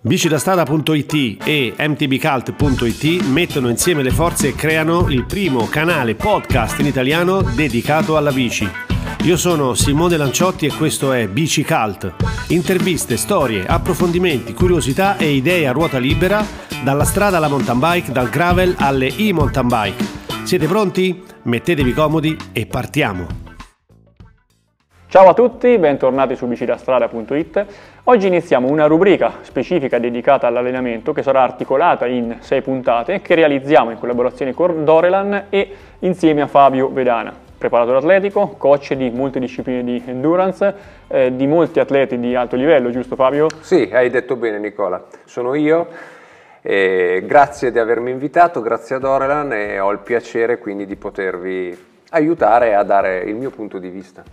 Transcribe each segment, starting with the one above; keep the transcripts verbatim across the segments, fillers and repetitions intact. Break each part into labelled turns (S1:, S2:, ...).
S1: Bicidastrada punto it e m t b cult punto it mettono insieme le forze e creano il primo canale podcast in italiano dedicato alla bici. Io sono Simone Lanciotti e questo è Bici Cult. Interviste, storie, approfondimenti, curiosità e idee a ruota libera, dalla strada alla mountain bike, dal gravel alle e-mountain bike. Siete pronti? Mettetevi comodi e partiamo!
S2: Ciao a tutti, bentornati su bicidastrada punto it. Oggi iniziamo una rubrica specifica dedicata all'allenamento che sarà articolata in sei puntate che realizziamo in collaborazione con Dorelan e insieme a Fabio Vedana, preparatore atletico, coach di molte discipline di endurance, eh, di molti atleti di alto livello, giusto Fabio?
S3: Sì, hai detto bene Nicola, sono io. E grazie di avermi invitato, grazie a Dorelan, e ho il piacere quindi di potervi aiutare a dare il mio punto di vista.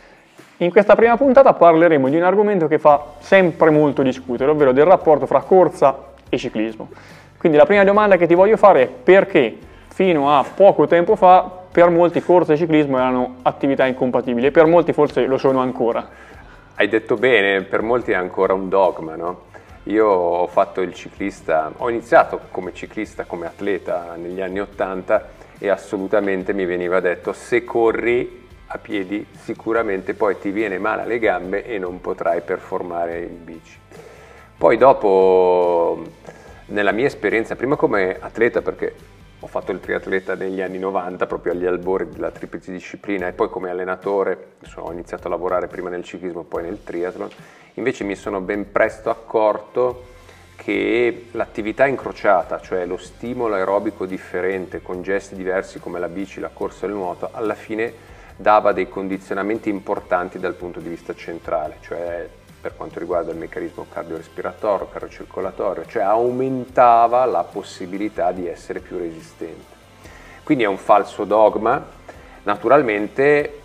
S2: In questa prima puntata parleremo di un argomento che fa sempre molto discutere, ovvero del rapporto fra corsa e ciclismo. Quindi la prima domanda che ti voglio fare è: perché fino a poco tempo fa per molti corsa e ciclismo erano attività incompatibili e per molti forse lo sono ancora?
S3: Hai detto bene, per molti è ancora un dogma, no? Io ho fatto il ciclista, ho iniziato come ciclista, come atleta negli anni ottanta e assolutamente mi veniva detto: se corri a piedi sicuramente poi ti viene male alle gambe e non potrai performare in bici. Poi dopo, nella mia esperienza, prima come atleta, perché ho fatto il triatleta negli anni novanta, proprio agli albori della triplice disciplina, e poi come allenatore ho iniziato a lavorare prima nel ciclismo e poi nel triathlon, invece mi sono ben presto accorto che l'attività incrociata, cioè lo stimolo aerobico differente con gesti diversi come la bici, la corsa e il nuoto, alla fine dava dei condizionamenti importanti dal punto di vista centrale, cioè per quanto riguarda il meccanismo cardiorespiratorio, cardiocircolatorio, cioè aumentava la possibilità di essere più resistente. Quindi è un falso dogma. Naturalmente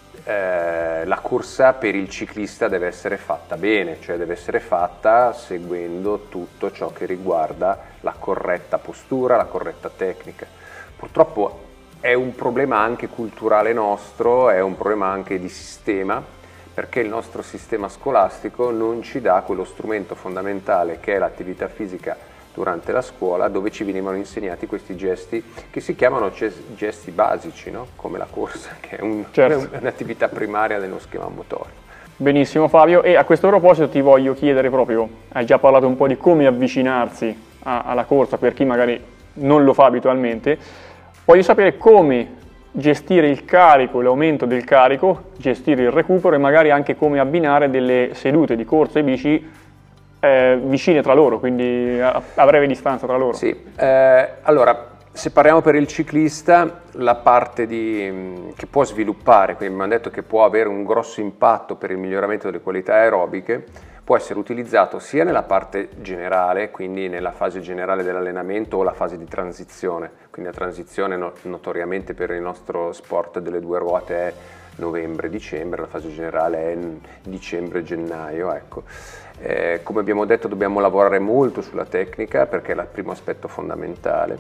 S3: eh, la corsa per il ciclista deve essere fatta bene, cioè deve essere fatta seguendo tutto ciò che riguarda la corretta postura, la corretta tecnica. Purtroppo è un problema anche culturale nostro, è un problema anche di sistema, perché il nostro sistema scolastico non ci dà quello strumento fondamentale che è l'attività fisica durante la scuola, dove ci venivano insegnati questi gesti che si chiamano gesti basici, no? Come la corsa, che è, un, certo. è un'attività primaria dello schema motorio. Benissimo
S2: Fabio, e a questo proposito ti voglio chiedere proprio, hai già parlato un po' di come avvicinarsi a, alla corsa per chi magari non lo fa abitualmente. Voglio sapere come gestire il carico, l'aumento del carico, gestire il recupero e magari anche come abbinare delle sedute di corsa e bici eh, vicine tra loro, quindi a, a breve distanza tra loro.
S3: Sì, eh, allora se parliamo per il ciclista, la parte di, che può sviluppare, quindi mi hanno detto che può avere un grosso impatto per il miglioramento delle qualità aerobiche, può essere utilizzato sia nella parte generale, quindi nella fase generale dell'allenamento o la fase di transizione. Quindi la transizione no, notoriamente per il nostro sport delle due ruote è novembre-dicembre, la fase generale è dicembre-gennaio. Ecco. Eh, come abbiamo detto, dobbiamo lavorare molto sulla tecnica perché è il primo aspetto fondamentale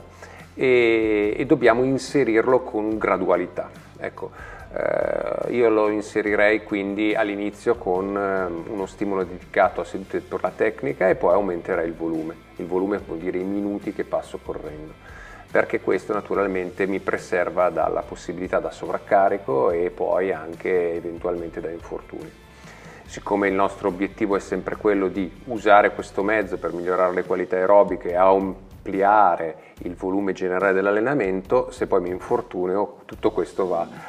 S3: e, e dobbiamo inserirlo con gradualità. Ecco. Uh, io lo inserirei quindi all'inizio con uh, uno stimolo dedicato a sedute per la tecnica e poi aumenterei il volume. Il volume vuol dire i minuti che passo correndo, perché questo naturalmente mi preserva dalla possibilità da sovraccarico e poi anche eventualmente da infortuni. Siccome il nostro obiettivo è sempre quello di usare questo mezzo per migliorare le qualità aerobiche e ampliare il volume generale dell'allenamento, se poi mi infortunio tutto questo va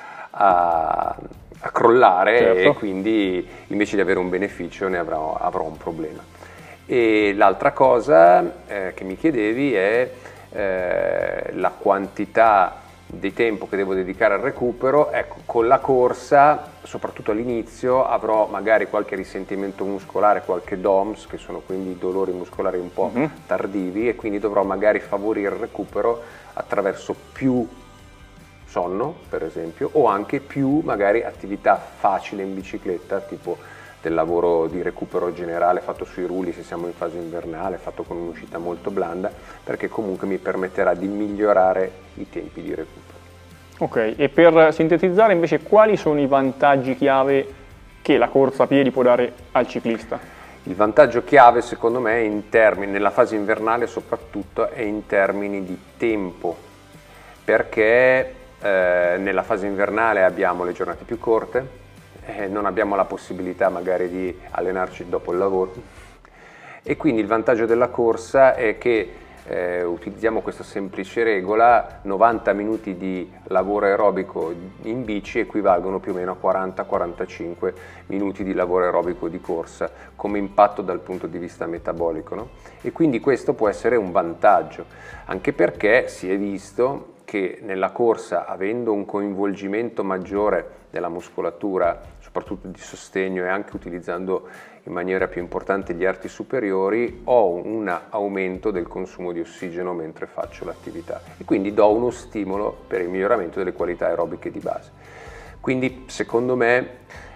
S3: A, a crollare, certo. E quindi invece di avere un beneficio ne avrò, avrò un problema. E l'altra cosa eh, che mi chiedevi è eh, la quantità di tempo che devo dedicare al recupero. Ecco, con la corsa, soprattutto all'inizio, avrò magari qualche risentimento muscolare, qualche D O M S, che sono quindi dolori muscolari un po' mm-hmm. tardivi, e quindi dovrò magari favorire il recupero attraverso più sonno, per esempio, o anche più magari attività facile in bicicletta, tipo del lavoro di recupero generale fatto sui rulli se siamo in fase invernale, fatto con un'uscita molto blanda, perché comunque mi permetterà di migliorare i tempi di recupero.
S2: Ok, e per sintetizzare invece quali sono i vantaggi chiave che la corsa a piedi può dare al ciclista?
S3: Il vantaggio chiave secondo me in termini, nella fase invernale soprattutto, è in termini di tempo, perché eh, nella fase invernale abbiamo le giornate più corte, eh, non abbiamo la possibilità magari di allenarci dopo il lavoro, e quindi il vantaggio della corsa è che eh, utilizziamo questa semplice regola: novanta minuti di lavoro aerobico in bici equivalgono più o meno a quaranta quarantacinque minuti di lavoro aerobico di corsa come impatto dal punto di vista metabolico, no? E quindi questo può essere un vantaggio, anche perché si è visto che nella corsa, avendo un coinvolgimento maggiore della muscolatura, soprattutto di sostegno, e anche utilizzando in maniera più importante gli arti superiori, ho un aumento del consumo di ossigeno mentre faccio l'attività e quindi do uno stimolo per il miglioramento delle qualità aerobiche di base. Quindi secondo me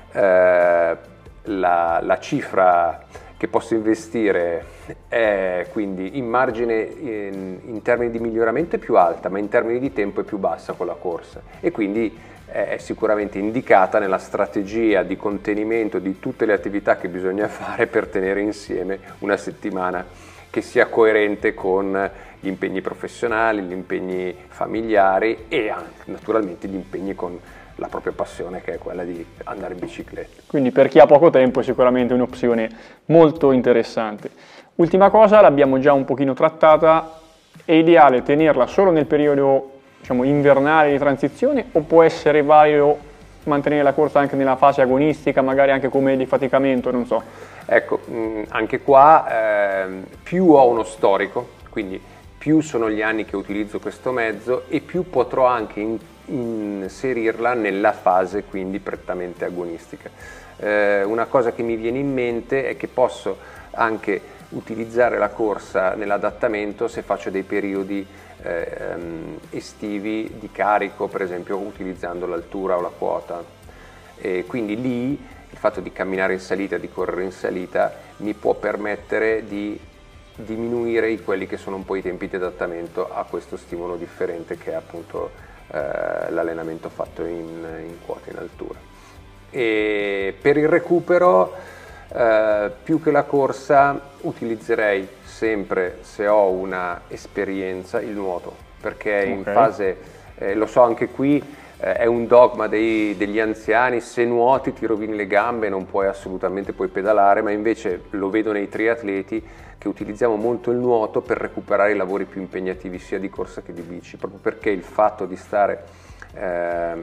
S3: eh, la, la cifra che posso investire è quindi in margine in, in termini di miglioramento è più alta, ma in termini di tempo è più bassa con la corsa, e quindi è sicuramente indicata nella strategia di contenimento di tutte le attività che bisogna fare per tenere insieme una settimana che sia coerente con gli impegni professionali, gli impegni familiari e anche naturalmente gli impegni con la propria passione, che è quella di andare in bicicletta.
S2: Quindi per chi ha poco tempo è sicuramente un'opzione molto interessante. Ultima cosa, l'abbiamo già un pochino trattata: è ideale tenerla solo nel periodo, diciamo, invernale di transizione, o può essere valido mantenere la corsa anche nella fase agonistica, magari anche come defaticamento, non so? Ecco,
S3: anche qua eh, più ho uno storico, quindi più sono gli anni che utilizzo questo mezzo e più potrò anche in, inserirla nella fase quindi prettamente agonistica. Eh, una cosa che mi viene in mente è che posso anche utilizzare la corsa nell'adattamento se faccio dei periodi eh, estivi di carico, per esempio utilizzando l'altura o la quota, e quindi lì il fatto di camminare in salita, di correre in salita, mi può permettere di diminuire i, quelli che sono un po' i tempi di adattamento a questo stimolo differente che è appunto eh, l'allenamento fatto in, in quota, in altura. E per il recupero, eh, più che la corsa, utilizzerei sempre, se ho una esperienza, il nuoto, perché okay. in fase, eh, lo so anche qui, eh, è un dogma dei, degli anziani: se nuoti ti rovini le gambe, non puoi assolutamente puoi pedalare, ma invece lo vedo nei triatleti che utilizziamo molto il nuoto per recuperare i lavori più impegnativi sia di corsa che di bici, proprio perché il fatto di stare ehm,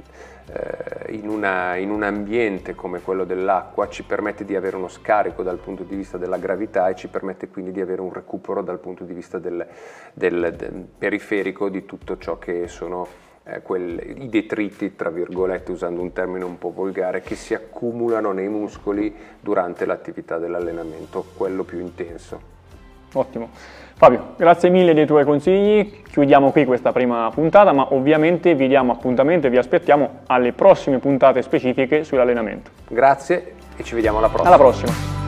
S3: eh, in, una, in un ambiente come quello dell'acqua ci permette di avere uno scarico dal punto di vista della gravità e ci permette quindi di avere un recupero dal punto di vista del, del, del periferico di tutto ciò che sono eh, quel, i detriti, tra virgolette, usando un termine un po' volgare, che si accumulano nei muscoli durante l'attività dell'allenamento, quello più intenso.
S2: Ottimo. Fabio, grazie mille dei tuoi consigli, chiudiamo qui questa prima puntata, ma ovviamente vi diamo appuntamento e vi aspettiamo alle prossime puntate specifiche sull'allenamento.
S3: Grazie e ci vediamo alla prossima.
S2: Alla prossima.